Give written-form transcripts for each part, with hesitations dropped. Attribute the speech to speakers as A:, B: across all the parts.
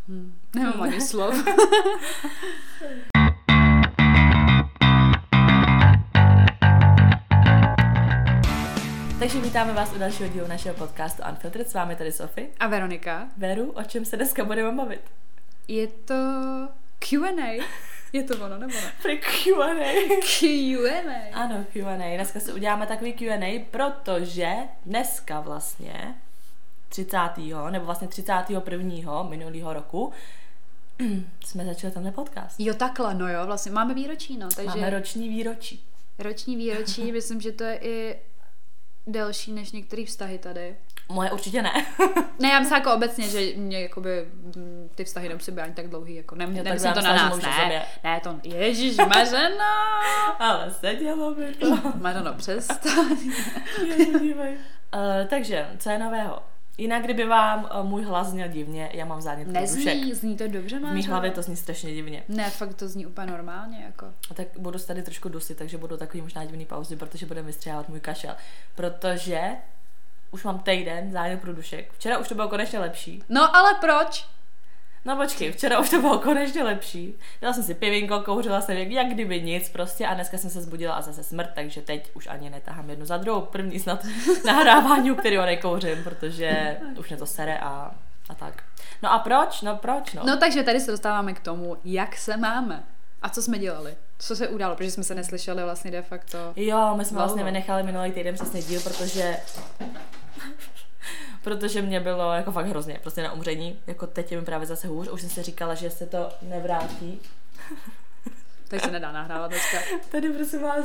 A: Nemám ani slov.
B: Takže vítáme vás u dalšího dílu našeho podcastu Unfiltered. S vámi tady Sofie.
A: A Veronika.
B: Veru, o čem se dneska budeme bavit?
A: Je to Q&A. Je to ono, nebo ne?
B: Pro Q&A.
A: Q&A.
B: Ano, Q&A. Dneska si uděláme takový Q&A, protože dneska vlastně 30. nebo vlastně 31. minulého roku jsme začali tenhle podcast.
A: Jo, takhle, no jo, vlastně máme výročí, no. Takže
B: máme roční výročí.
A: Roční výročí, myslím, že to je i delší než některé vztahy tady.
B: Moje určitě ne.
A: Ne, já myslím jako obecně, že mě jakoby ty vztahy nemusí být ani tak dlouhý, jako nemyslím to na nás, ne. Ne, to Ježíš, Mařeno.
B: Ale sedělo by to.
A: Mařeno, přestaň.
B: Takže, co je nového? Jinak, kdyby vám můj hlas zněl divně, já mám zánět průdušek.
A: Zní to dobře, Mařeno?
B: V mý hlavě to zní strašně divně.
A: Ne, fakt to zní úplně normálně, jako.
B: Tak budu se tady trošku dusit, takže budou takový možná divný pauzy, protože budeme vystřihávat můj kašel. Protože už mám týden zánět průdušek. Včera už to bylo konečně lepší.
A: No ale proč?
B: No počkej, včera už to bylo konečně lepší. Dala jsem si pivinko, kouřila jsem jak kdyby nic prostě a dneska jsem se zbudila a zase smrt, takže teď už ani netahám jednu za druhou. První snad nahrávání, u kterého nekouřím, protože už mě to sere a tak. No a proč? No
A: takže tady se dostáváme k tomu, jak se máme. A co jsme dělali? Co se událo? Protože jsme se neslyšeli vlastně de facto.
B: Jo, my jsme vlastně vynechali minulý týden přesně díl, protože mě bylo jako fakt hrozně, prostě na umření, jako teď je mi právě zase hůř, už jsem si říkala, že se to nevrátí.
A: Teď se nedá nahrávat dneska.
B: Tady prosím vás,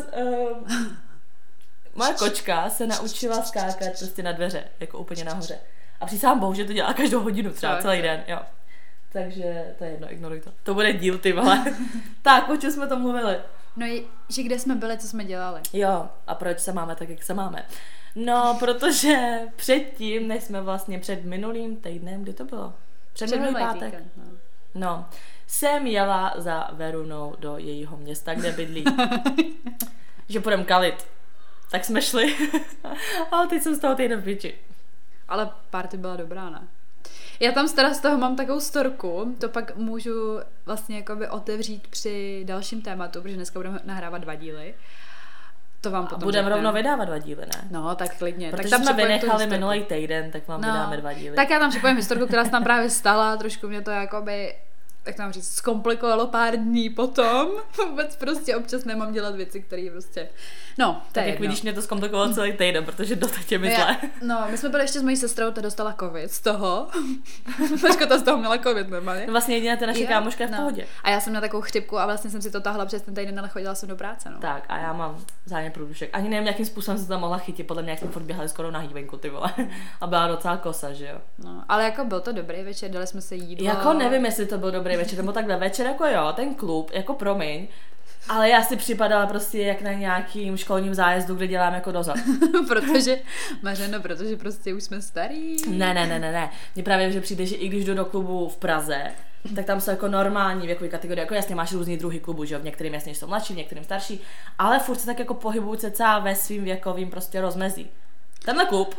B: moje kočka se naučila skákat prostě na dveře, jako úplně nahoře. A přísahám bohu, že to dělá každou hodinu, třeba celý den, jo. Takže to je jedno, ignoruj to. To bude díl, ty vole. Tak, o čem jsme to mluvili?
A: No, že kde jsme byli, co jsme dělali.
B: Jo, a proč se máme tak, jak se máme? No, protože předtím, než jsme vlastně před minulým týdnem, kdy to bylo? Před minulý pátek. No, jsem jela za Verunou do jejího města, kde bydlí. Že půjdem kalit. Tak jsme šli. Ale teď jsem z toho týden v piči.
A: Ale party byla dobrá, ne? Já tam z toho mám takovou storku, to pak můžu vlastně jakoby otevřít při dalším tématu, protože dneska budeme nahrávat 2 díly. To vám potom
B: budeme rovnou vydávat 2 díly, ne?
A: No, tak klidně.
B: Protože
A: tak tam
B: jsme vynechali minulý týden, tak vám vydáme 2 díly.
A: Tak já tam připojím historku, která se tam právě stala, trošku mě to jakoby, tak tam říct, zkomplikovalo pár dní potom. Vůbec prostě občas nemám dělat věci, které prostě, no, to
B: tak
A: je
B: jak vidíš, mě to zkomplikovalo celý týden, protože doteď je mi zle.
A: No, my jsme byli ještě s mojí sestrou, ta dostala covid z toho. Ta z toho měla covid normálně.
B: No vlastně jediná ta naše kámoška je v pohodě.
A: A já jsem měla takovou chřipku a vlastně jsem si to tahla přes ten týden, ale chodila jsem do práce, no.
B: Tak a já mám zánět průdušek. Ani nevím, jakým způsobem se tam mohla chytit, podle mě jak jsme furt běhali skoro na hýbenku, ty vole. A byla docela kosa, že jo.
A: No, ale jako byl to dobrý večer, dali jsme se jídlo.
B: Jako nevím, jestli to byl dobrý večer, nebo takhle večer jako jo, ten klub, jako promiň. Ale já si připadala prostě jak na nějakým školním zájezdu, kde dělám jako dozor.
A: protože prostě už jsme starý.
B: Ne. Mně právě, že přijde, že i když jdu do klubu v Praze, tak tam jsou jako normální věkové kategorie, jako jasně máš různý druhy klubu, že jo, v některým jasně jsou mladší, v některým starší, ale furt se tak jako pohybuju cca ve svým věkovým prostě rozmezí. Tenhle klub,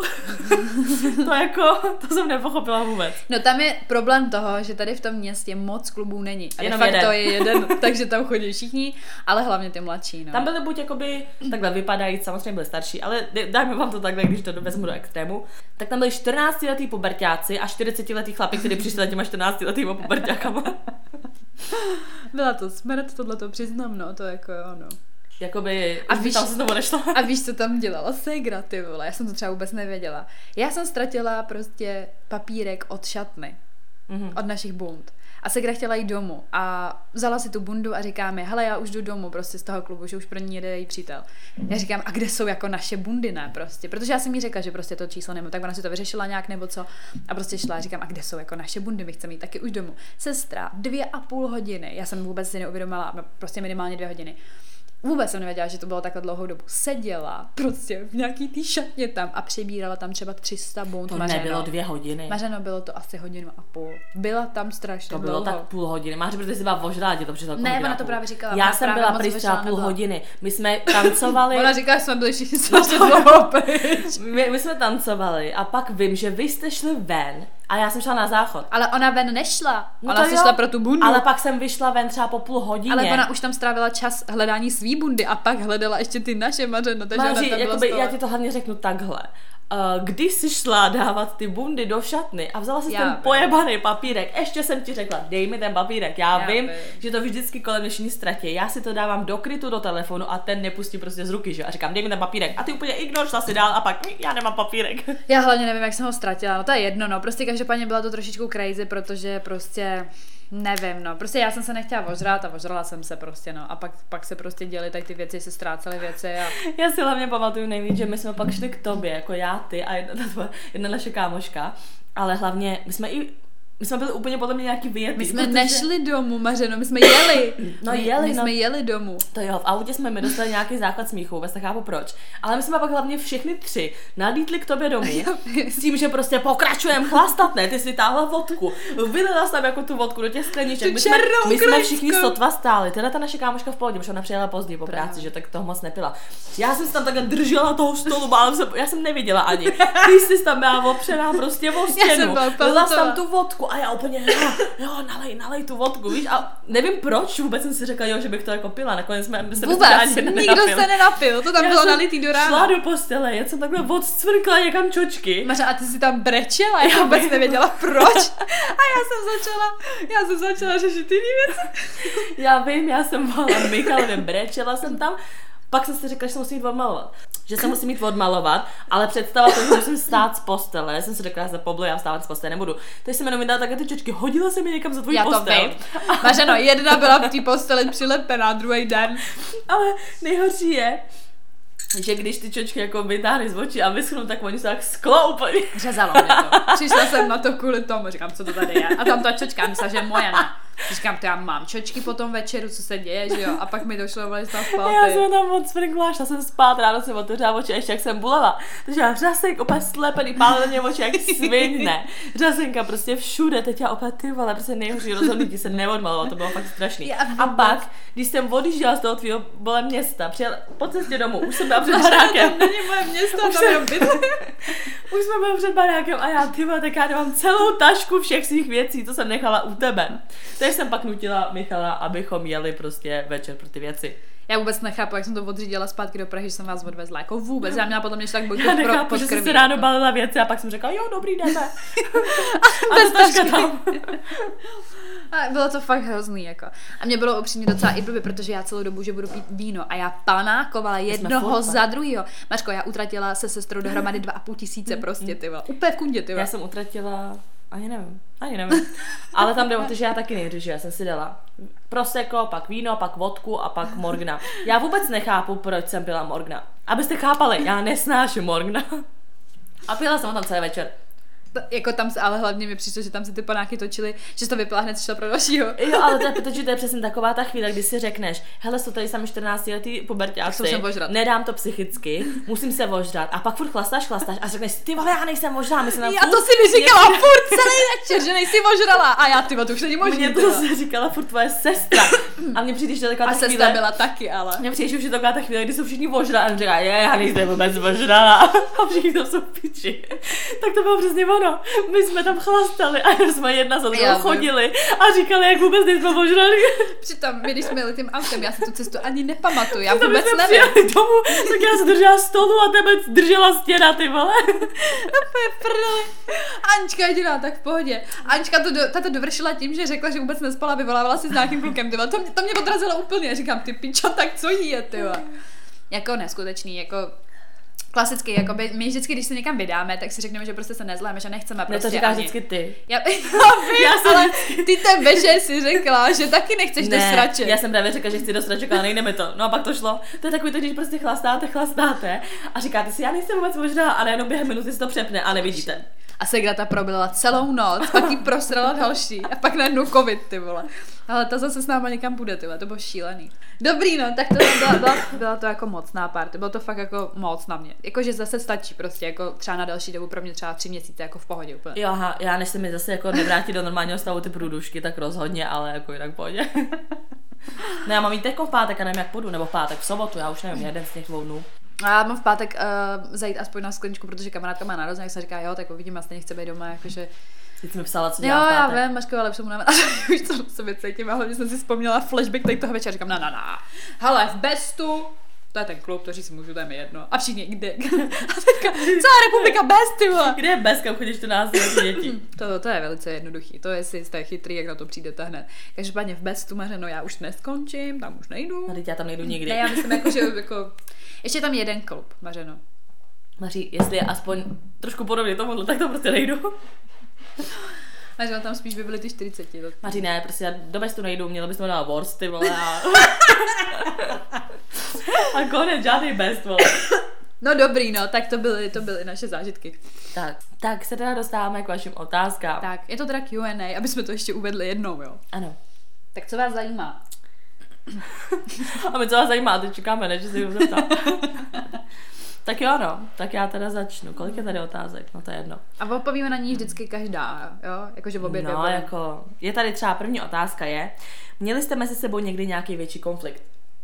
B: to jsem nepochopila vůbec.
A: No tam je problém toho, že tady v tom městě moc klubů není. A
B: jenom
A: fakt
B: jeden.
A: To je jeden, takže tam chodí všichni, ale hlavně ty mladší. No.
B: Tam byly buď jakoby takhle vypadající, samozřejmě byly starší, ale dajme vám to takhle, když to vezmu do extrému. Tak tam byli 14letý puberťáci a 40letý chlapi, kteří přišli za těma 14letýma puberťákama.
A: Byla to smrt, tohle to přiznám, no, to jako jo, no.
B: Jakoby, a víš, tam se znovu nešla.
A: A víš, co tam dělala ségra, ty vole, já jsem to třeba vůbec nevěděla. Já jsem ztratila prostě papírek od šatny, od našich bund. A ségra chtěla jít domů a vzala si tu bundu a říká mi, hele, já už jdu domů prostě z toho klubu, že už pro ní jede její přítel. Já říkám, a kde jsou jako naše bundy, ne, prostě, protože já jsem jí řekla, že prostě to číslo nemám, tak ona si to vyřešila nějak nebo co a prostě šla a říkám, a kde jsou jako naše bundy, my chceme jít taky už domů. Sestra, 2,5 hodiny, já jsem vůbec si neuvědomila, prostě minimálně 2 hodiny. Vůbec jsem nevěděla, že to bylo takhle dlouhou dobu. Seděla prostě v nějaký tý šatně tam a přebírala tam třeba 300 bund.
B: To nebylo 2 hodiny.
A: Mařeno, bylo to asi 1,5 hodiny. Byla tam strašně
B: To bylo
A: dlouho.
B: Tak půl hodiny. Máš, protože jsi byla vožrá, tě to přišlo.
A: Ne, ona to právě říkala.
B: Já jsem byla pryč třeba půl hodiny. My jsme tancovali.
A: Ona říkala, že jsme byli všichni strašně dlouho pryč.
B: My jsme tancovali a pak vím, že vy jste šli ven A já jsem šla na záchod.
A: Ale ona ven nešla. Ona si šla pro tu bundu.
B: Ale pak jsem vyšla ven třeba po půl hodině.
A: Ale ona už tam strávila čas hledání svý bundy a pak hledala ještě ty naše Mařeno. Takže
B: Máři, já ti to hlavně řeknu takhle. Když jsi šla dávat ty bundy do šatny a vzala si ten pojebaný papírek, ještě jsem ti řekla, dej mi ten papírek, já vím, že to vždycky kolem mě všichni ztratí, já si to dávám do krytu do telefonu a ten nepustí prostě z ruky, že? A říkám, dej mi ten papírek a ty úplně šla si dál a pak já nemám papírek.
A: Já hlavně nevím, jak jsem ho ztratila, no to je jedno, no, prostě každopádně byla to trošičku crazy, protože prostě nevím, no, prostě já jsem se nechtěla ožrát a ožrala jsem se prostě, no, a pak se prostě děly tady ty věci, se ztrácely věci a...
B: Já si hlavně pamatuju nejvíc, že my jsme pak šli k tobě, jako já, ty a jedna naše kámoška, ale hlavně my jsme byli úplně podle mě nějaký vyjetý.
A: My jsme nešli domů, Mařeno, my jsme jeli.
B: My
A: jsme jeli domů.
B: To jo, v autě jsme mi dostali nějaký základ smíchu, vůbec nechápu proč. Ale my jsme pak hlavně všechny tři nadítli k tobě domů s tím, že prostě pokračujeme chlastat, ne? Ty jsi vytáhla vodku, vylila tam jako tu vodku do těch skleniček. My jsme všichni sotva stáli. Teda ta naše kámoška v pohodě, protože ona přijela později po práci, že tak toho moc nepila. Já jsem si tam takhle držela toho stolu, já jsem neviděla ani. Ty jsi tam byla opřená prostě o stěnu. Vylila tam tu vodku. A já úplně, nalej tu vodku, víš, a nevím proč, vůbec jsem si řekla, že bych to jako pila, nakonec jsme se
A: vůbec, nikdo se nenapil, to tam bylo nalitý do rána.
B: Šla do postele, já jsem takhle odcvrkla někam čočky.
A: Maře, a ty si tam brečela, já vůbec nevěděla proč. A já jsem začala řešit ty věci.
B: Já vím, já jsem volala Michalovi, brečela jsem tam. Pak jsem si řekla, že se musím jít odmalovat. Že se musím jít odmalovat, ale představa to, že musím stát z postele. Já jsem si řekla, že se poblu, já vstávat z postele nebudu. Teď jsem jenom mi dala takhle ty čočky, hodila jsem mi někam za tvůj postel.
A: Já to vím. Mařeno, jedna byla v té posteli přilepená, druhý den.
B: Ale nejhorší je, že když ty čočky jako vytáhly z očí a vyschnou, tak oni se tak sklo úplně.
A: Řezalo mě to. Přišla jsem na to kvůli tomu, říkám, co to tady je. A tam ta čočka myslela, že je moje, ne. Říkám, to já mám čočky po tom večeru, co se děje, že jo? A pak mi došlo, že tam spal.
B: Já jsem tam moc sprinkla, šla jsem spát, ráno jsem otevřela oči, ještě jak jsem bulala. Takže já řasek, opět slepený, páleně oči, jak svině. Řasenka prostě všude, teď já opět ty vole, prostě nejhorší rozhodnutí se neodmalovala, to bylo fakt strašný. A pak, když jsem odjížděla z toho tvýho města, přijela po cestě domů, už jsem byla před barákem.
A: To není moje město, tam je bydlí.
B: Už jsme byli před barákem a já, ty vole, tak já nemám celou tašku všech svých věcí, co jsem nechala u tebe. Takže jsem pak nutila Michala, abychom jeli prostě večer pro ty věci.
A: Já vůbec nechápu, jak jsem to odřídila zpátky do Prahy, že jsem vás odvezla. Jako vůbec. Já měla potom ještě tak bojku
B: pod krví. Že jsem ráno balila věci a pak jsem řekla, jo, dobrý, jdeme.
A: Bez tašky. A bylo to fakt hrozný, jako. A mě bylo upřímně docela i blbě, protože já celou dobu, že budu pít víno a já panákovala jednoho za druhýho. Mařko, já utratila se sestrou dohromady 2,5 000 prostě, ty vole. Úplně v kundě, ty vole.
B: Já jsem utratila ani nevím. Ale tam jde o to, že já taky nejdřív, já jsem si dala prosecco, pak víno, pak vodku a pak morgna. Já vůbec nechápu, proč jsem pila morgna. Abyste chápali, já nesnáším morgna. A pila jsem ho tam celý večer.
A: Jako tam se, ale hlavně mi přišlo, že tam se ty panáky točily, že to vypila hned šla pro dalšího.
B: Jo, ale to je přesně taková ta chvíle, kdy si řekneš, hele, jsou tady sami 14letý puberťáci, nedám to psychicky, musím se ožrat a pak furt chlastáš a řekneš, ty vole, já nejsem ožrala, my se nám
A: já to si mi říkala furt celý večer, že nejsi ožrala a já, ty to už není možný.
B: Mě to se říkala furt tvoje sestra a mě přijdeš do taková ta chvíle.
A: A sestra byla taky, ale.
B: Mě přijdeš už taková ta chvíle, kdy jsou všichni ožrala a říká, já nejsem vůbec ožrala a všichni tam jsou piči. Tak to bylo přesně ono. My jsme tam chlastali a jsme jedna za druhou chodili a říkali, jak vůbec nejsme ožrali.
A: Přitom my, když jsme jeli tím autem, já si tu cestu ani nepamatuju, já vůbec nevím.
B: Domů, tak já se držela stolu a tebe držela stěna, ty vole.
A: Anička jediná, tak v pohodě. Anička to dovršila tím, že řekla, že vůbec nespala, vyvolávala si s nějakým klukem, ty vole. To mě odrazilo úplně, říkám, ty pičo, tak co jí je, ty vole. Jako neskutečný, jako klasicky, jakoby, my vždycky, když se někam vydáme, tak si řekneme, že prostě se nezláme, že nechceme prostě.
B: To říkáš vždycky ty.
A: Já ale ty ten večer si řekla, že taky nechceš do sraček.
B: Já jsem právě řekla, že chci do sraček, ale nejde mi to. No a pak to šlo. To je takový to, když prostě chlastáte a říkáte si, já nejsem vůbec možná a najednou během minuty si to přepne a nevidíte.
A: A Segrata probila celou noc, pak jí prosrala další a pak najednou covid, ty vole. Ale ta zase s náma někam bude, ty vole, to bylo šílený. Dobrý, no, tak to byla to jako mocná party, bylo to fakt jako moc na mě. Jakože zase stačí prostě, jako třeba na další dobu, pro mě třeba 3 měsíce, jako v pohodě úplně.
B: Jo, aha, já než se mi zase jako nevrátí do normálního stavu ty průdušky, tak rozhodně, ale jako jinak v pohodě. No já mám jít jako v pátek a nevím jak půjdu, nebo v pátek, v sobotu, já už nevím, jeden z těch 2 dnů.
A: A já mám v pátek zajít aspoň na skleničku, protože kamarádka má narozený, jak se říká, jo, tak uvidím, já stejně chci být doma, jakože
B: Teď jsi mi psala, co
A: Jo,
B: dělá
A: já vím, Mařko, ale už to v sobě cítím, a hlavně jsem si vzpomněla flashback tady toho večera, říkám, hele, v Bestu, to je ten klub, to říct si můžu, to je mi jedno. A všichni, kde? A teďka, celá republika Best, ty vole.
B: Kde je Best, kam chodíš 14 dětí?
A: To je velice jednoduchý, to je, jestli jste chytrý, jak na to přijdete hned. Každopádně v Bestu, Mařeno, já už neskončím, tam už nejdu.
B: No, teď já tam nejdu nikdy.
A: Ne, já myslím, že ještě je tam jeden klub, Mařeno.
B: Maří, jestli je aspoň trošku podobně tomuhle, tak to prostě nejdu.
A: Mařeno, tam spíš by byly ty 40.
B: Maří, ne, prostě já do Bestu nejdu, měla bys to na Worst, ty vole. A konec, žádný Best, vole.
A: No dobrý, no, tak to byly naše zážitky.
B: Tak se teda dostáváme k vašim otázkám.
A: Tak, je to teda Q&A, aby jsme to ještě uvedli jednou, jo.
B: Ano.
A: Tak co vás zajímá?
B: A my co vás zajímá, teď čekáme, než se jim zeptám. Tak jo, no, tak já teda začnu. Kolik je tady otázek? No to je jedno.
A: A odpovíme na ní vždycky každá, jo? Jakože obě dvě.
B: No, jako, je tady třeba první otázka je, měli jste mezi sebou někdy nějaký větší konflikt?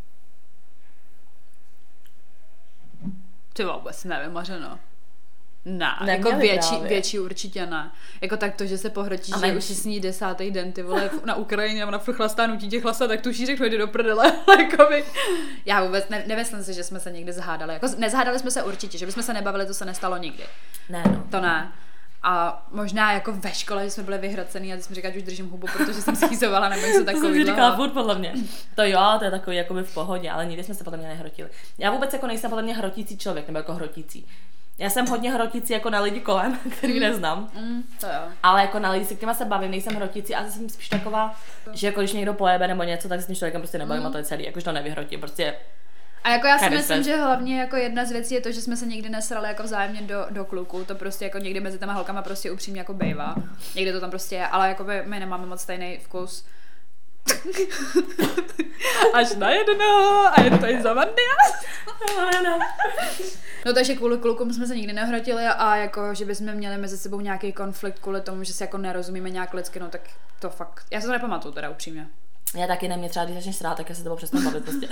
A: Ty vůbec nevím, Mařeno. Ne, jako větší určitě ne. Jako tak to, že se pohročí, že už si sní 10. den, ty vole, na Ukrajině, ona furt chlastá, nutí tě chlastat, tak tuší řeknu, jde do prdele, jakoby. Já vůbec nemyslím si, že jsme se někdy zhádali. Jako nezhádali jsme se určitě, že bychom se nebavili, to se nestalo nikdy.
B: Ne, no.
A: To ne. A možná jako ve škole, že jsme byli vyhrocený a teď jsme říkali, že už držím hubu, protože jsem schizovala nebo něco takového.
B: To jsem říkala furt podle mě. To jo, to je takový jakoby v pohodě, ale nikdy jsme se podle mě nehrotili. Já vůbec jako nejsem podle mě hrotící člověk, nebo jako hrotící. Já jsem hodně hrotící jako na lidi kolem, který neznám.
A: To jo.
B: Ale jako na lidi, se kterýma se bavím, nejsem hrotící, ale jsem spíš taková, že jako když někdo pojebe nebo něco, tak s tím člověkem prostě nebavím a to je celý, jakož to nevyhrotím, prostě.
A: A jako já si myslím, že hlavně jako jedna z věcí je to, že jsme se nikdy nesrali jako vzájemně do kluků, to prostě jako někdy mezi těma holkama prostě upřímně jako bejvá. Někdy to tam prostě je, ale jako my nemáme moc stejný vkus. Až na jedno a je to i za Vandy. No takže kvůli klukům jsme se nikdy nehrotili a jako, že bychom měli mezi sebou nějaký konflikt kvůli tomu, že si jako nerozumíme nějak lidsky, no tak to fakt, já se to nepamatuju teda upřímně.
B: Já taky ne, mě třeba když začneš srát, tak já se tebou přestanu bavit prostě.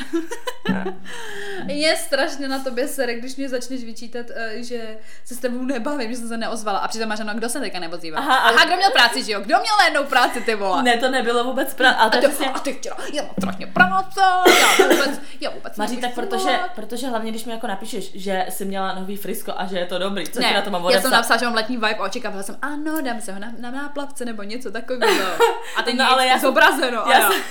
A: Je strašně na tobě sere, když mě začneš vyčítat, že se s tebou nebavím, že jsem se neozvala. A přitom máš, no, kdo se teďka neozývá? Aha, kdo měl práci, že jo? Kdo měl najednou práci, ty vole?
B: Ne, to nebylo vůbec práce.
A: A ty včera, já mám strašně práce, já vůbec
B: Maří, tak protože hlavně, když mi jako napíšeš, že jsi měla nový frisko a že je to dobrý, co ti na to mám
A: odepsat? Já jsem napsala, že mám letní vibe a očekávala jsem, ano, dám se ho na náplavce nebo něco takového. A teď
B: no, ale já
A: zobrazeno.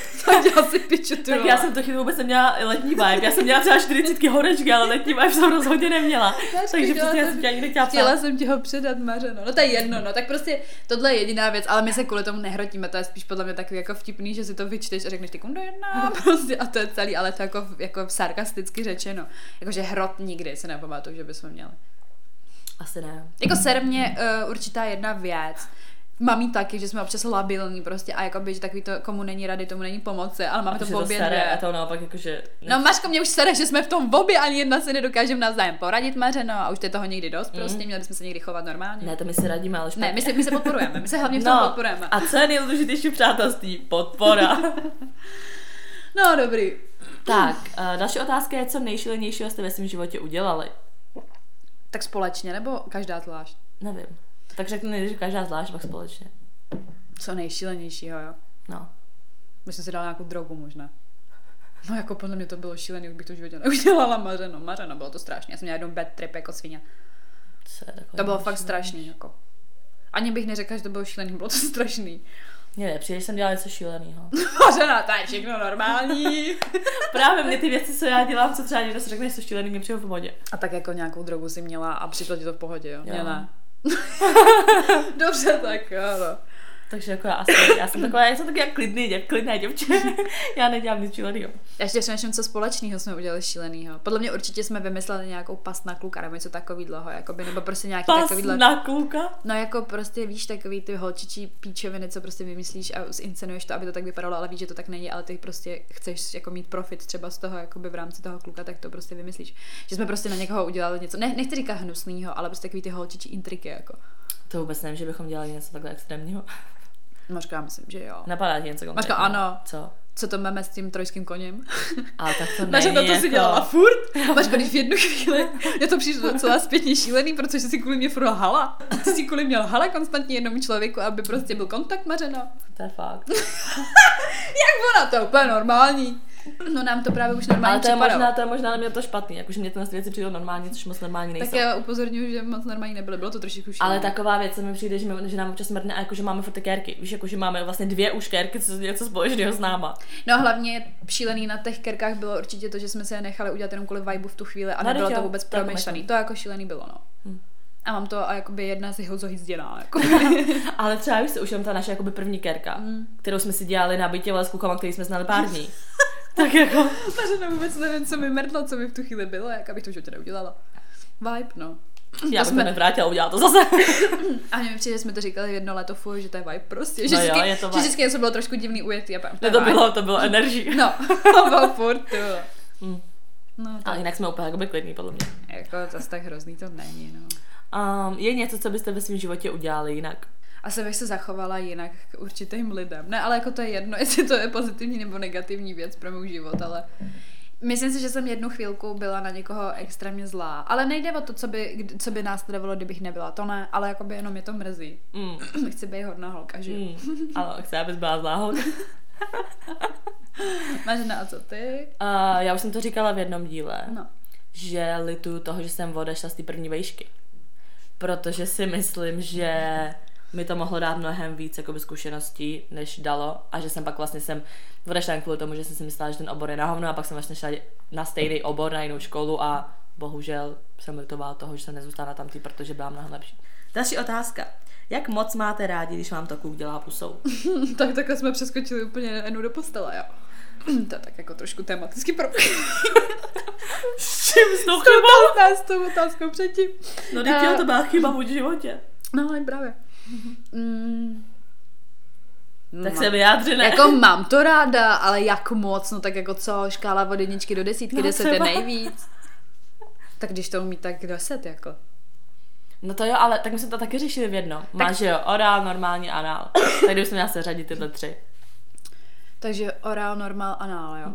B: Tak já jsem to chybu vůbec neměla letní vibe. Já jsem měla třeba 40 horečky, ale letní vibe jsem rozhodně neměla. Takže prostě já jsem tě nikdy
A: chtěla jsem ti ho předat, Mařeno. No to je jedno, no tak prostě tohle je jediná věc, ale my se kvůli tomu nehrotíme, to je spíš podle mě takový jako vtipný, že si to vyčteš a řekneš ty do jedna, prostě a to je celý, ale to jako sarkasticky řečeno. Jakože hrot nikdy se nepamatuju, že bychom měli.
B: Asi ne.
A: Jako ser mě určitá jedna věc. Mám jí taky, že jsme občas labilní prostě a jakoby, že takový to, komu není rady, tomu není pomoci, ale máme to v obě dvě.
B: A to naopak jakože...
A: No Mařko, mě už sere, že jsme v tom v obě, ani jedna si nedokážeme navzájem poradit, Mařeno, a už je toho někdy dost, prostě měli jsme se někdy chovat normálně.
B: Ne, to my si radíme, ale špatně.
A: Ne, my se podporujeme, my se hlavně v tom podporujeme.
B: A co je nejdůležitější přátelství? Podpora.
A: No, dobrý.
B: Tak, další otázka je, co nejšílenějšího jste ve svém životě udělali?
A: Tak společně, nebo každá zvlášť?
B: Nevím. Tak řeknu nejdřív každá zvlášť, pak společně.
A: Co nejšílenějšího, jo?
B: No.
A: Myslím si dala nějakou drogu možná. No jako podle mě to bylo šílený, už bych to v životě neudělala, Mařeno, bylo to strašné. Já jsem měla jednou bad trip jako svině. To bylo fakt strašný, jako. Ani bych neřekla, že to bylo šílený, bylo to strašný.
B: Ne, přijdeš, jsem dělala něco šíleného.
A: Mařena, to je všechno normální.
B: Právě mě ty věci, co já dělám, co třeba někdo si řekne, že jsou šílený, mě přijde v pohodě.
A: A tak jako nějakou drogu si měla a přišlo ti to v pohodě, jo? Mě ne. Dobře, tak jo, no.
B: Takže jako já jsem taková klidné děvče. Já nedělám nic šílenýho.
A: Já ještě přemýšlím, co společného jsme udělali šílenýho. Podle mě určitě jsme vymysleli nějakou past na kluka nebo něco takového, jakoby, nebo prostě nějaký takovýhle.
B: Past na kluka?
A: No jako prostě víš, takový ty holčičí píčoviny, co prostě vymyslíš a zinscenuješ to, aby to tak vypadalo, ale víš, že to tak není, ale ty prostě chceš jako mít profit třeba z toho, jakoby v rámci toho kluka, tak to prostě vymyslíš. Že jsme prostě na někoho udělali něco, nechci říkat hnusného, ale prostě takový ty holčičí intriky jako.
B: To vůbec nevím, že bychom dělali něco takhle extrémního.
A: Mařka, já myslím, že jo.
B: Napadá ti něco konkrétního?
A: Mařka, ano.
B: Co?
A: co to máme s tím trojským koněm.
B: Ale tak to
A: Mařena
B: není
A: to si dělala furt. Máš když v jednu chvíli, mě to přišlo docela zpětně šílený, protože si kvůli mě furt lhala. Ty si kvůli mě lhala konstantně jednomu člověku, aby prostě byl kontakt, Mařena.
B: To je fakt.
A: Jak ona, to je úplně normální. No nám to právě už normálně připadalo.
B: Ale to je možná na mě to špatný, jakože mě ty věci přijdou normální, což moc normální nejsou.
A: Tak já upozorňuji, že moc normální nebyly, bylo to trošičku šílené.
B: Ale taková věc, co mi přijde, že nám občas mrdne a jakože máme furt ty kérky. Víš, jakože máme vlastně 2 už kérky, co je něco společného s náma.
A: No hlavně šílený na těch kerkách bylo určitě to, že jsme se je nechali udělat jenom kvůli vibe v tu chvíli a nebylo to vůbec promyšlený. To jako šílený bylo, no. A mám to a jakoby jedna z jeho zohyzděná. Jako.
B: Ale třeba víš, už jenom ta naše jakoby první kérka, kterou jsme si dělali na bytě s klukama, který jsme znali pár dní. Tak jako.
A: Takže vůbec nevím, co mi mrdlo, co mi v tu chvíli bylo, jak abych to už neudělala. Vibe, no.
B: Já bych to nevrátila, udělala to zase.
A: A mě přijde, že jsme to říkali jedno leto, že to je vibe prostě.
B: No
A: že
B: jo, je to vibe.
A: Že vždycky něco bylo trošku divný ujetý a pám,
B: to bylo energie.
A: No, to bylo furt,
B: No, ale jinak jsme úplně jakoby klidný, podle mě.
A: Jako zase tak hrozný to není, no.
B: Je něco, co byste ve svém životě udělali jinak?
A: Asi bych se zachovala jinak k určitým lidem. Ne, ale jako to je jedno, jestli to je pozitivní nebo negativní věc pro můj život, ale myslím si, že jsem jednu chvílku byla na někoho extrémně zlá. Ale nejde o to, co by následovalo, kdybych nebyla. To ne, ale jakoby jenom mě to mrzí. Chci být hodná holka, že jo?
B: Ale chci, abys byla zlá holka.
A: Mařena, a co ty?
B: Já už jsem to říkala v jednom díle, že lituju toho, že jsem odešla z té první vejšky. Protože si myslím, že mi to mohlo dát mnohem víc jakoby zkušeností, než dalo, a že jsem pak vlastně odešla jen kvůli tomu, že jsem si myslela, že ten obor je na hovno, a pak jsem vlastně šla na stejný obor, na jinou školu a bohužel jsem litovala toho, že jsem nezůstala tam protože byla mnohem lepší. Další otázka. Jak moc máte rádi, když vám to kluk dělá pusou?
A: Tak takhle jsme přeskočili úplně jednou do postele, jo. To je tak jako trošku tematický problém.
B: S čím s tou chybou?
A: S tou otázkou předtím.
B: No teď to byla chyba v životě.
A: No, ale právě.
B: Tak se vyjádři, ne?
A: Jako mám to ráda, ale jak moc, no tak jako co, škála od 1 do 10, 10 je nejvíc. Tak když to umí, tak 10 jako.
B: No to jo, ale tak my jsme to taky řešili v jedno. Máš jo, orál, normální, anál. Tak kdybychom měla se řadit tyhle 3.
A: Takže orál, normál, anál, jo.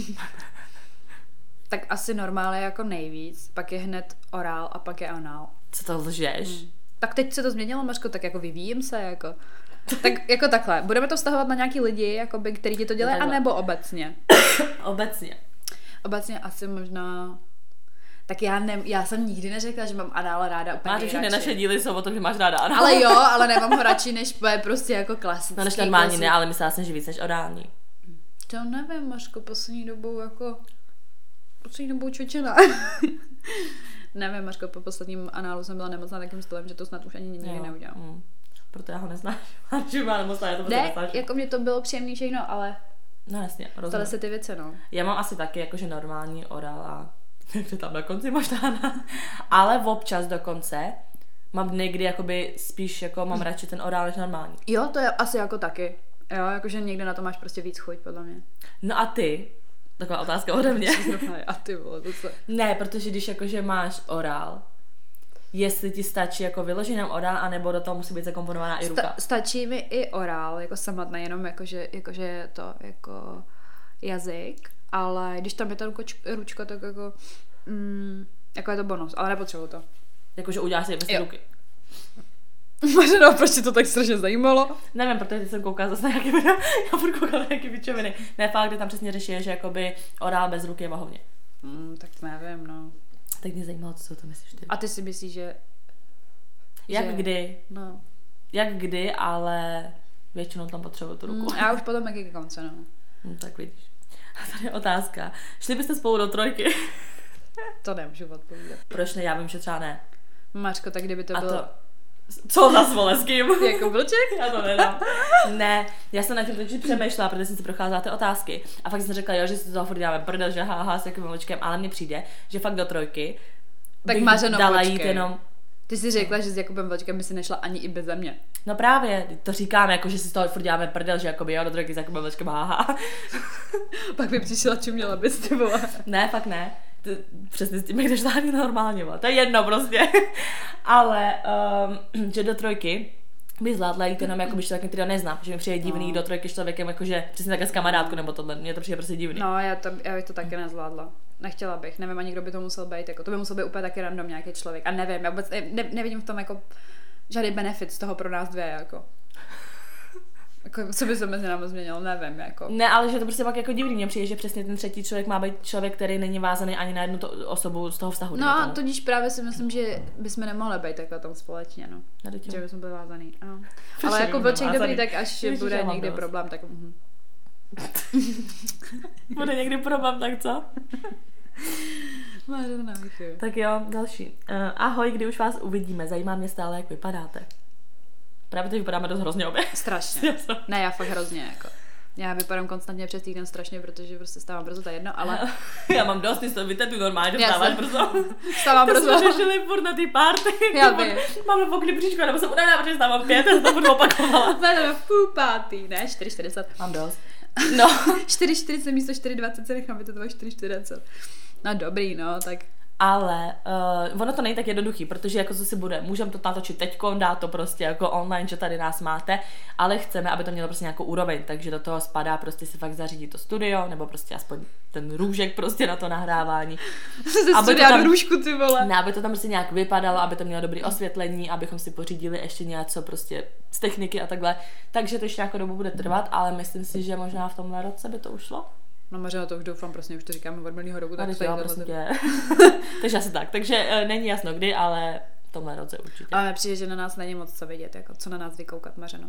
A: Tak asi normál je jako nejvíc, pak je hned orál a pak je anál.
B: Co to lžeš?
A: Tak teď se to změnilo, Mařko, tak jako vyvíjím se, jako. Tak jako takhle, budeme to vztahovat na nějaký lidi, jakoby, který ti to dělají, anebo obecně?
B: Obecně.
A: Obecně asi možná. Tak já jsem nikdy neřekla, že mám anál ráda úplně
B: nejradši. Máš, že naše díly jsou o tom, že máš ráda anál.
A: Ale jo, ale nemám ho radši, než prostě jako klasický.
B: No než normální ne, ale myslela jsem, že víc než orální.
A: To nevím, Mařko, poslední dobou čučená. Nevím, Mařko, po posledním análu jsem byla nemocná takým stylem, že to snad už ani nikdy neudělám.
B: Proto já ho neznáš. Že byla nemocná, já to
A: ne, jako mě to bylo příjemný všechno, ale
B: no jasně, rozumím.
A: Staly se ty věci, no.
B: Já mám asi taky jakože normální orál a někde tam na konci možná, ale občas dokonce mám někdy jakoby spíš jako mám radši ten orál než normální.
A: Jo, to je asi jako taky. Jo, jakože někde na to máš prostě víc chuť, podle mě.
B: No a ty? Taková otázka ode mě.
A: A ty vole, to se...
B: Ne, protože když jakože máš orál, jestli ti stačí jako vyložený orál, anebo do toho musí být zakomponovaná i ruka?
A: Stačí mi i orál, jako samotné, jenom jakože to jako jazyk, ale když tam je ta ručka, tak jako je to bonus, ale nepotřebuju to.
B: Jakože uděláš si bez ruky.
A: Možná, proč tě to tak strašně zajímalo?
B: Nevím, protože jsem koukala zase na nějaký video, já budu koukat na nějaký pičoviny. Ne, fakt, kde tam přesně řeší, že jakoby orál bez ruky je mahovně.
A: Tak nevím, no.
B: Tak mě zajímalo, co to myslíš ty.
A: A ty si myslíš, že...
B: Kdy?
A: No.
B: Jak kdy, ale většinou tam potřebuju tu ruku.
A: Já už potom jak konce, no.
B: Tak vidíš. A tady je otázka. Šli byste spolu do 3?
A: To nemůžu odpovědět.
B: Proč ne? Já vím, že třeba ne.
A: Mařko, tak kdyby to
B: a
A: bylo...
B: To... Co za svole, s kým?
A: Jako vlček?
B: Já to nedám. Ne, já jsem na tím totiž přemýšlela, protože jsem si procházela ty otázky. A fakt jsem řekla, jo, že si to furt děláme prdel, že haha, s takovým vlčkem, ale mně přijde, že fakt do 3
A: tak máš jenom
B: dala
A: vlčky.
B: Jít jenom...
A: Ty jsi řekla, že s Jakubem Vlčkem by si nešla ani i beze mě.
B: No právě, to říkáme, jako, že si z toho furt děláme prdel, že jakoby jo, do 3 s Jakubem Vlčkem, haha.
A: Pak by přišla, čuměla bys, ty vole.
B: Ne, fakt ne. Přesně s tím, když dáme normálně, to je jedno prostě. Ale, že do 3 by zvládla jít jenom jako by člověkem, který ho neznám, že mi přijde divný do trojky člověkem, jakože přesně takhle s kamarádku nebo tohle, mě to přijde prostě divný.
A: No, já bych to taky nezvládla. Nechtěla bych, nevím ani kdo by to musel být, jako to by musel být úplně taky random nějaký člověk a nevím, já vůbec nevidím v tom jako žádný benefit z toho pro nás dvě, jako co by se mezi námi změnilo, nevím, jako.
B: Ne, ale že to prostě pak jako divný, mně přijde, že přesně ten třetí člověk má být člověk, který není vázaný ani na jednu osobu z toho vztahu.
A: No a tudíž právě si myslím, že bychom nemohli být takhle tam společně, no. Že bychom byli vázaný, no. Ale jako vlček dobrý, tak až bude někdy problém, tak
B: bude někdy problém, tak co? Tak jo, další. Ahoj, kdy už vás uvidíme, zajímá mě stále, jak vypadáte. Právě teď vypadáme dost hrozně obě.
A: Strašně. Ne, já fakt hrozně, jako. Já vypadám konstantně přes týden strašně, protože prostě stávám brzo, to je jedno, ale...
B: Já mám dost, ty to vytetu normálně, že vstáváš brzo.
A: Vstávám brzo.
B: To jsme řešili furt na ty party.
A: Já vím.
B: Mám na pokdy bříško, nebo jsem unavená, protože vstávám 5, já to furt opakovala.
A: Máme v půl pátý, ne, 4:40.
B: Mám dost. No.
A: 4:40 místo 4:20 se nechám, by to bylo 4:40. No dobrý, no, tak...
B: Ale ono to není tak jednoduchý, protože jako co si bude, můžeme to natočit teďko, dát to prostě jako online, že tady nás máte, ale chceme, aby to mělo prostě nějakou úroveň, takže do toho spadá prostě si fakt zařídit to studio, nebo prostě aspoň ten růžek prostě na to nahrávání.
A: Aby to tam, růžku, ty vole.
B: Ne, aby to tam prostě nějak vypadalo, aby to mělo dobrý osvětlení, abychom si pořídili ještě něco prostě z techniky a takhle. Takže to ještě nějakou dobu bude trvat, ale myslím si, že možná v tomhle roce by to ušlo.
A: No Mařeno, to už doufám, prostě už to říkáme od minulého roku, tak to
B: jo, prostě. Takže asi tak. Takže není jasno kdy, ale v tomhle roce určitě.
A: Ale přijde, že na nás není moc co vidět, jako co na nás vykoukat, Mařeno.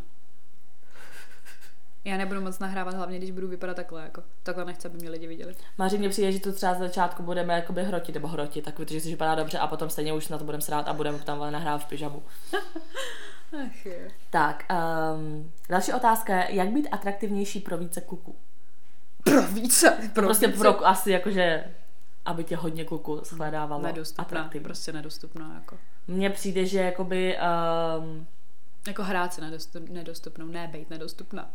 A: Já nebudu moc nahrávat, hlavně když budu vypadat takhle, jako takhle nechci, aby mě lidi viděli.
B: Maří, mě přijde, že to třeba z začátku budeme jakoby hrotit, tak protože si vypadá dobře a potom stejně už na to budeme srát a budeme tam nahrávat v pyžamu.
A: Ach je.
B: Tak, další otázka je, jak být atraktivnější pro více kluků?
A: Pro více?
B: Prostě pro asi jakože, aby tě hodně kluků shledávalo.
A: Nedostupná, prostě nedostupná, jako.
B: Mně přijde, že jakoby...
A: Jako hrát se nedostupnou, ne bejt nedostupná.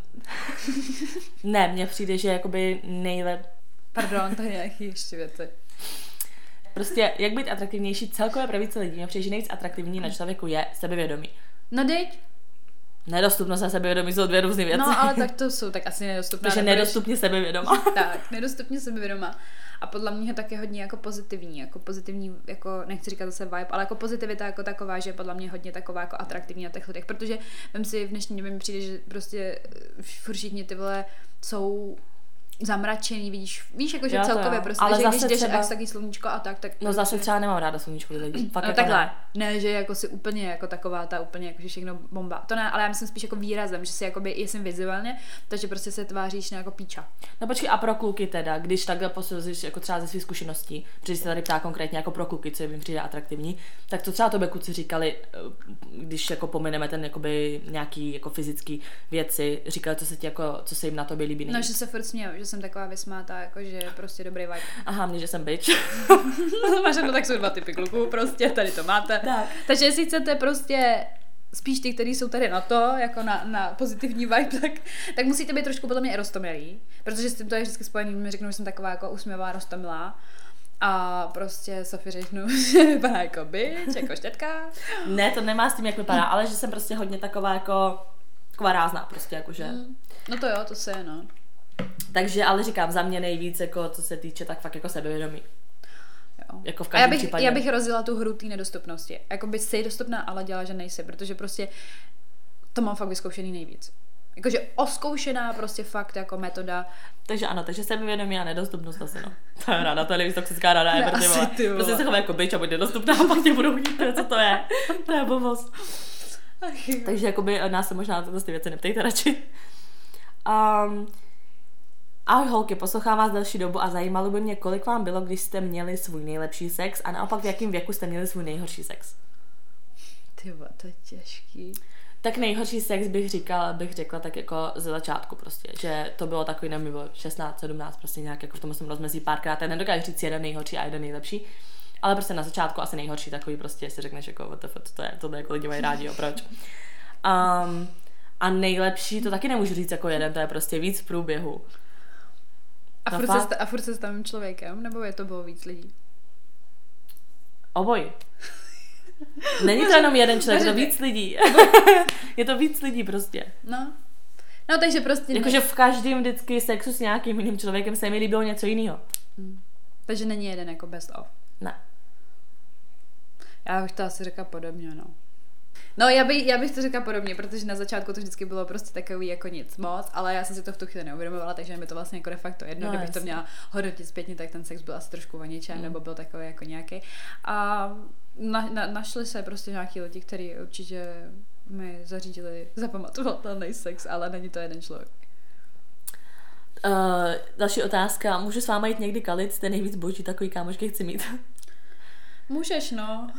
B: Ne, mně přijde, že jakoby
A: Pardon, to je nějaký ještě věci.
B: Prostě, jak být atraktivnější celkově pro více lidí, mně přijde, že nejvíc atraktivní na člověku je sebevědomí.
A: No deď.
B: Nedostupnost a sebevědomí jsou dvě různé věci.
A: No, ale tak to jsou tak asi nedostupná.
B: Takže nedostupně sebevědomá.
A: Tak, nedostupně sebevědomá. A podle mě je taky hodně jako pozitivní, jako nechci říkat zase vibe, ale jako pozitivita jako taková, že je podle mě hodně taková jako atraktivní na těch lidech, protože vem si v dnešní době mi přijde, že prostě furt všichni ty vole jsou zamračený, víš jako, že jo, celkově prostě, ale že když jdeš třeba... taky sluníčko a tak
B: no prostě... zase třeba nemám ráda sluníčko lidi. Fakt
A: no
B: jako
A: takhle, ne, že jako si úplně jako taková ta úplně jako, že všechno bomba. To ne, ale já myslím spíš jako výrazem, že si jakoby jsem vizuálně, takže prostě se tváříš jako píča.
B: No počkej, a pro kluky teda, když takhle posuzuješ jako třeba ze svých zkušeností, protože se tady ptá konkrétně jako pro kluky, co jim přijde atraktivní, tak to třeba tobě kluci říkali, když jako pomineme ten jakoby nějaký jako fyzický věci, říkali, co se jim na tobě líbí.
A: No, že se furt smějou, že jsem taková vysmátá, jakože prostě dobrý vibe.
B: Aha, mě, že jsem bitch.
A: Máš, no tak jsou dva typy kluků, prostě tady to máte.
B: Tak.
A: Takže jestli chcete prostě spíš ty, kteří jsou tady na to, jako na pozitivní vibe, tak musíte být trošku podle mě i roztomilí, protože s tím to je vždycky spojený, mi řeknou, že jsem taková jako usměvá, roztomilá. A prostě Sofie řeknu, že vypadá jako bitch, jako štětka.
B: Ne, to nemá s tím, jak vypadá, ale že jsem prostě hodně taková rázná prostě, jakože.
A: No to jo, to se je, no.
B: Takže, ale říkám, za mě nejvíc, jako co se týče, tak fakt jako sebevědomí.
A: Jo.
B: Jako v každém případě.
A: Já bych rozjela tu hru té nedostupnosti. Jako by jsi dostupná, ale dělá, že nejsi, protože prostě to mám fakt vyzkoušený nejvíc. Jakože oskoušená prostě fakt jako metoda.
B: Takže ano, takže sebevědomí a nedostupnost asi, no. To je ráda, to je nejvíc toxická rada, je prostě se chová jako bitch a buď nedostupná a pak tě budou chtít, co to je. To je blbost. Takže jakoby nás se možná na ty věci neptejte radši. Ahoj holky, poslouchám vás delší dobu a zajímalo by mě, kolik vám bylo, když jste měli svůj nejlepší sex a naopak v jakém věku jste měli svůj nejhorší sex.
A: Tyba, to je těžký.
B: Tak nejhorší sex bych řekla tak jako ze začátku prostě, že to bylo takový, nevím, bylo 16, 17, prostě nějak jako v tom jsem rozmezí párkrát, já nedokážu říct jeden nejhorší a jeden nejlepší, ale prostě na začátku asi nejhorší takový prostě, si řekneš jako to jako lidi mají rádi, jo, proč. A nejlepší, to taky nemůžu říct jako jeden, to je prostě víc v průběhu.
A: A furt se s tam člověkem, nebo je to bylo víc lidí?
B: Obojí. Není to jenom jeden člověk, je to víc lidí. Je to víc lidí prostě.
A: No, takže prostě...
B: Jakože v každém vždycky sexu s nějakým jiným člověkem se mi líbilo něco jiného.
A: Takže není jeden jako best of.
B: Ne.
A: Já bych to asi řekla podobně, no. No, já bych to řekla podobně, protože na začátku to vždycky bylo prostě takový jako nic moc, ale já jsem si to v tu chvíli neuvědomovala, takže mi to vlastně jako de facto jedno, no, kdybych to měla hodnotit zpětně, tak ten sex byl asi trošku o ničem, nebo byl takový jako nějaký. A našli se prostě nějaký lidi, kteří určitě mi zařídili zapamatovatelný sex, ale není to jeden člověk.
B: Další otázka. Můžu s váma jít někdy kalit? Jste nejvíc boží takový kámošky chci mít.
A: Můžeš, no.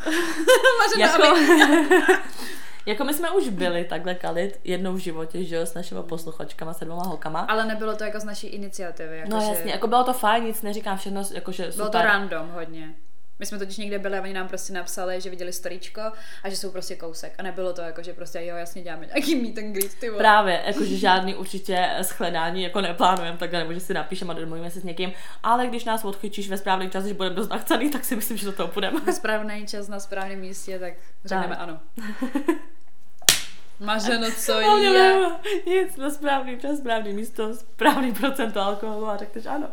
B: Jako my jsme už byli takhle kalit jednou v životě, že jo, s našimi posluchačkama, se 2 holkama.
A: Ale nebylo to jako z naší iniciativy. Jako
B: no jasně, jako bylo to fajn, nic neříkám, všechno jakože super.
A: Bylo to random hodně. My jsme totiž někde byli a oni nám prostě napsali, že viděli storíčko a že jsou prostě kousek. A nebylo to jako, že prostě jo, jasně děláme nějaký meet and greet, ty vole.
B: Právě, jakože žádný určitě shledání jako neplánujeme takhle, nebo že si napíšeme a domluvíme se s někým. Ale když nás odchyčíš ve správný čas, že budeme dost nachcaný, tak si myslím, že do toho půjdeme.
A: Ve správný čas na správném místě, tak řekneme ano. Maženo, co je?
B: Nic, na správný čas, správný místo, správný procento alkoholu a řekneš ano.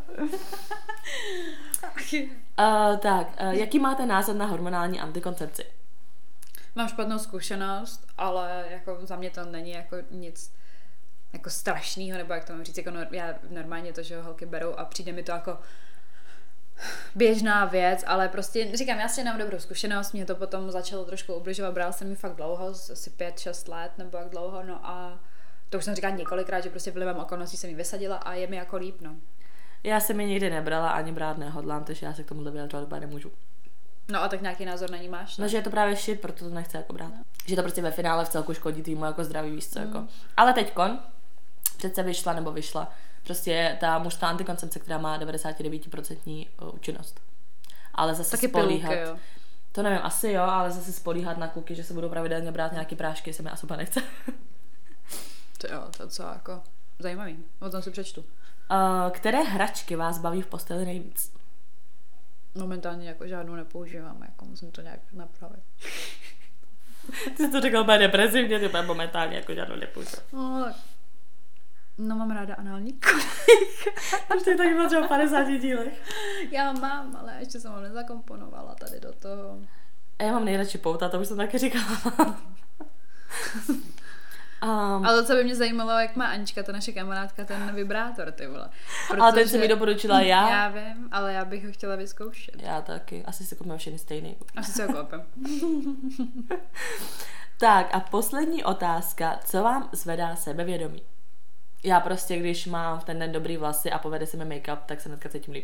B: Jaký máte názor na hormonální antikoncepci?
A: Mám špatnou zkušenost, ale jako za mě to není jako nic jako strašného, nebo jak to mám říct, jako já normálně to, že holky berou a přijde mi to jako běžná věc, ale prostě říkám, já si nemám dobrou zkušenost, mě to potom začalo trošku ubližovat, brala jsem mi fakt dlouho, asi 5-6 let, nebo jak dlouho, no a to už jsem říkala několikrát, že prostě vlivem okolností jsem ji vysadila a je mi jako líp, no.
B: Já jsem ji nikdy nebrala, ani brát nehodlám, takže já se k tomu vyjadřovat nemůžu.
A: No a tak nějaký názor na ní máš? Ne?
B: No, že je to právě shit, proto to nechci jako brát. No. Že to prostě ve finále v celku škodí týmu jako zdraví, víš co, jako. Ale teďkon, přece vyšla, prostě ta mužská antikoncepce, která má 99% účinnost. Ale zase taky spolíhat. Pilulky, jo. To nevím, asi jo, ale zase spolíhat na kluky, že se budou pravidelně brát nějaký prášky, se mi asi nechce.
A: To jo, to co jako zajímavý. O tom si přečtu.
B: Které hračky vás baví v posteli nejvíc?
A: Momentálně jako žádnou nepoužívám, jako musím to nějak napravit.
B: Ty jsi to řekl úplně depresivně, ty momentálně jako žádnou nepoužívám.
A: No mám ráda anální kolík.
B: Už to je taky třeba v 50 dílech.
A: Já mám, ale ještě jsem ho nezakomponovala tady do toho.
B: A já mám nejradši pouta, to už jsem taky říkala.
A: Ale co by mě zajímalo, jak má Anička, ta naše kamarádka, ten vibrátor, ty vole.
B: Protože... Ale ten si mi doporučila já.
A: Já vím, ale já bych ho chtěla vyzkoušet.
B: Já taky, asi si koupím všechny stejný.
A: Asi si ho koupím.
B: Tak a poslední otázka, co vám zvedá sebevědomí? Já prostě, když mám v ten den dobrý vlasy a povede se mi make-up, tak se hnedka cítím líp.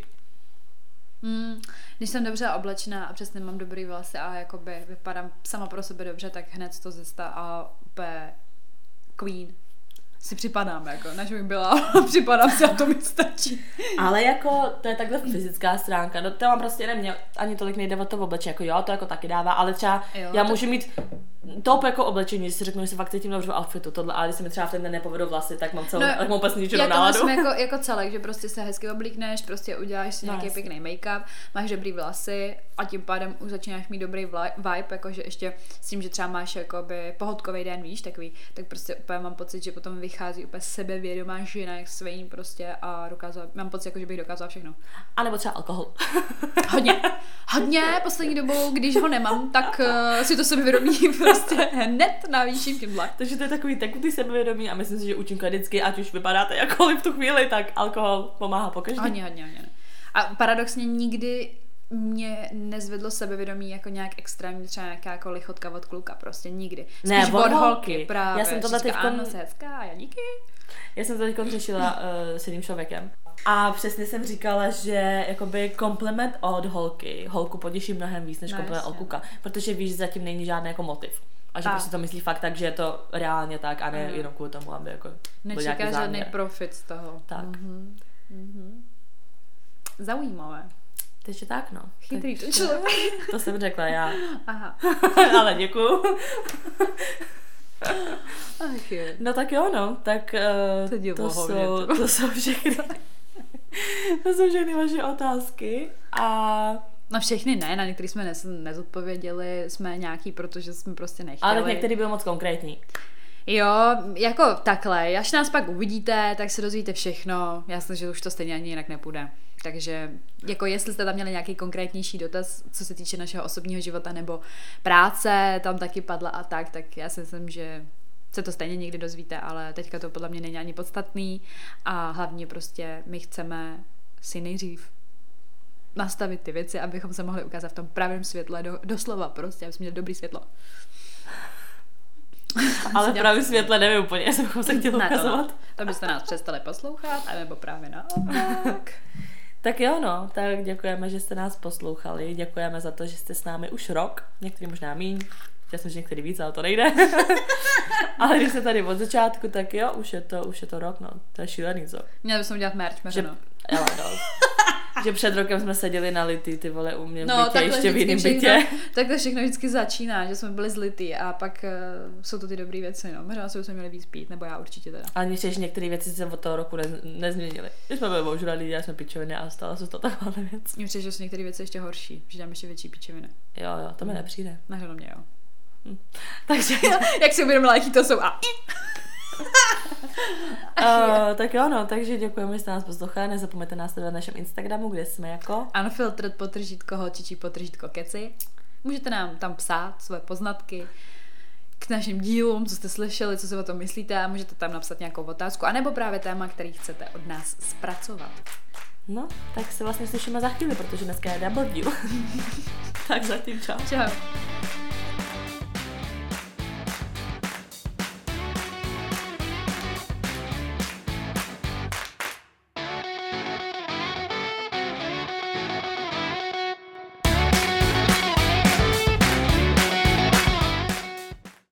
A: Když jsem dobře oblečená a přesně mám dobrý vlasy a jakoby vypadám sama pro sebe dobře, tak hned to zesta a úplně queen si připadám, jako, než bych byla, připadám si a to mi stačí.
B: Ale jako, to je takhle fyzická stránka, no to mám prostě nemě, ani tolik nejde o to oblečení, jako jo, to jako taky dává, ale třeba já můžu mít top jako oblečení, že si řeknu, že se fakt cítím dobře v outfitu, tohle, ale když se mi třeba v ten den nepovedou vlasy, tak mám celou, tak mám úplně sníženou náladu.
A: Já to myslím jako celek, že prostě se hezky oblíkneš, prostě uděláš si nějaký pěkný make-up, máš dobrý vlasy a tím pádem už začínáš mít dobrý vibe, jakože ještě s tím, že třeba máš jakoby pohodkový den, víš, takový, tak prostě úplně mám pocit, že potom vychází úplně sebevědomá žena, jak svým prostě a mám pocit, jako, že bych dokázala všechno.
B: A nebo třeba alkohol.
A: Hodně, poslední dobou, když ho nemám, tak si to sebevědomí prostě hned navýším tím tlak.
B: Takže to je takový tekutý sebevědomí a myslím si, že účinka vždycky, ať už vypadáte jakkoliv v tu chvíli, tak alkohol pomáhá pokaždé.
A: Hodně. A paradoxně nikdy mě nezvedlo sebevědomí jako nějak extrémně, třeba nějaká jako lichotka od kluka, prostě nikdy.
B: Spíš od holky.
A: Právě.
B: Já jsem tohle
A: ano, se hezká, já díky.
B: Já jsem to teďko řešila s jedním člověkem. A přesně jsem říkala, že jakoby kompliment od holky holku potěší mnohem víc než kompliment od kluka, protože víš, že zatím není žádný jako motiv. A že prostě to myslí fakt tak, že je to reálně tak a ne jenom kvůli tomu, aby jako
A: nečeká žádný profit z toho.
B: Tak.
A: Zaujímavé.
B: Takže tak, no.
A: Chytrý to člověk.
B: To jsem řekla já.
A: Aha.
B: Ale děkuju. No tak jo, no. Tak to jsou všechny vaše otázky. A
A: No všechny ne, na některý jsme nezodpověděli, jsme nějaký, protože jsme prostě nechtěli.
B: Ale tak některý byl moc konkrétní.
A: Jo, jako takhle, až nás pak uvidíte, tak se dozvíte všechno, jasně, že už to stejně ani jinak nepůjde. Takže jako jestli jste tam měli nějaký konkrétnější dotaz, co se týče našeho osobního života nebo práce, tam taky padla a tak já si myslím, že se to stejně někdy dozvíte, ale teďka to podle mě není ani podstatný a hlavně prostě my chceme si nejdřív nastavit ty věci, abychom se mohli ukázat v tom pravém světle, doslova prostě, aby jsme měli dobrý světlo.
B: Ale v pravém světle nevím úplně, jestli bychom se chtěli ukazovat.
A: To byste nás přestali poslouchat, nebo právě naopak.
B: Tak jo, no, tak děkujeme, že jste nás poslouchali, děkujeme za to, že jste s námi už rok, některý možná míň, já jsem, že některý víc, ale to nejde. Ale když jste tady od začátku, tak jo, už je to rok, no, to je šílený, co?
A: Měli bychom dělat merch, Mařeno.
B: Že před rokem jsme seděli na litý, ty vole, u mě v bytě, ještě v jiném bytě.
A: Tak to všechno vždycky začíná, že jsme byli zlitý a pak jsou to ty dobré věci, no. Možná si bychom měli víc pít, nebo já určitě teda.
B: Ale některé věci se od toho roku nezměnily. My jsme byli ožralí, dělali jsme pičoviny a stala se to taková věc.
A: Mně přijde, že jsou některé věci ještě horší, že děláme ještě větší pičoviny.
B: Jo, to mi nepřijde.
A: Naženo mě, jo.
B: Takže
A: jak si uvědomila, jaký to jsou a...
B: tak jo, no, takže děkujeme, že jste nás poslouchali, nezapomeňte nás sledovat na našem Instagramu, kde jsme jako
A: Unfiltered _holčičí_ keci. Můžete nám tam psát svoje poznatky k našim dílům, co jste slyšeli, co si o tom myslíte a můžete tam napsat nějakou otázku, anebo právě téma, který chcete od nás zpracovat.
B: No, tak se vlastně slyšíme za chvíli, protože dneska je double díl. Tak zatím čau.
A: Čau.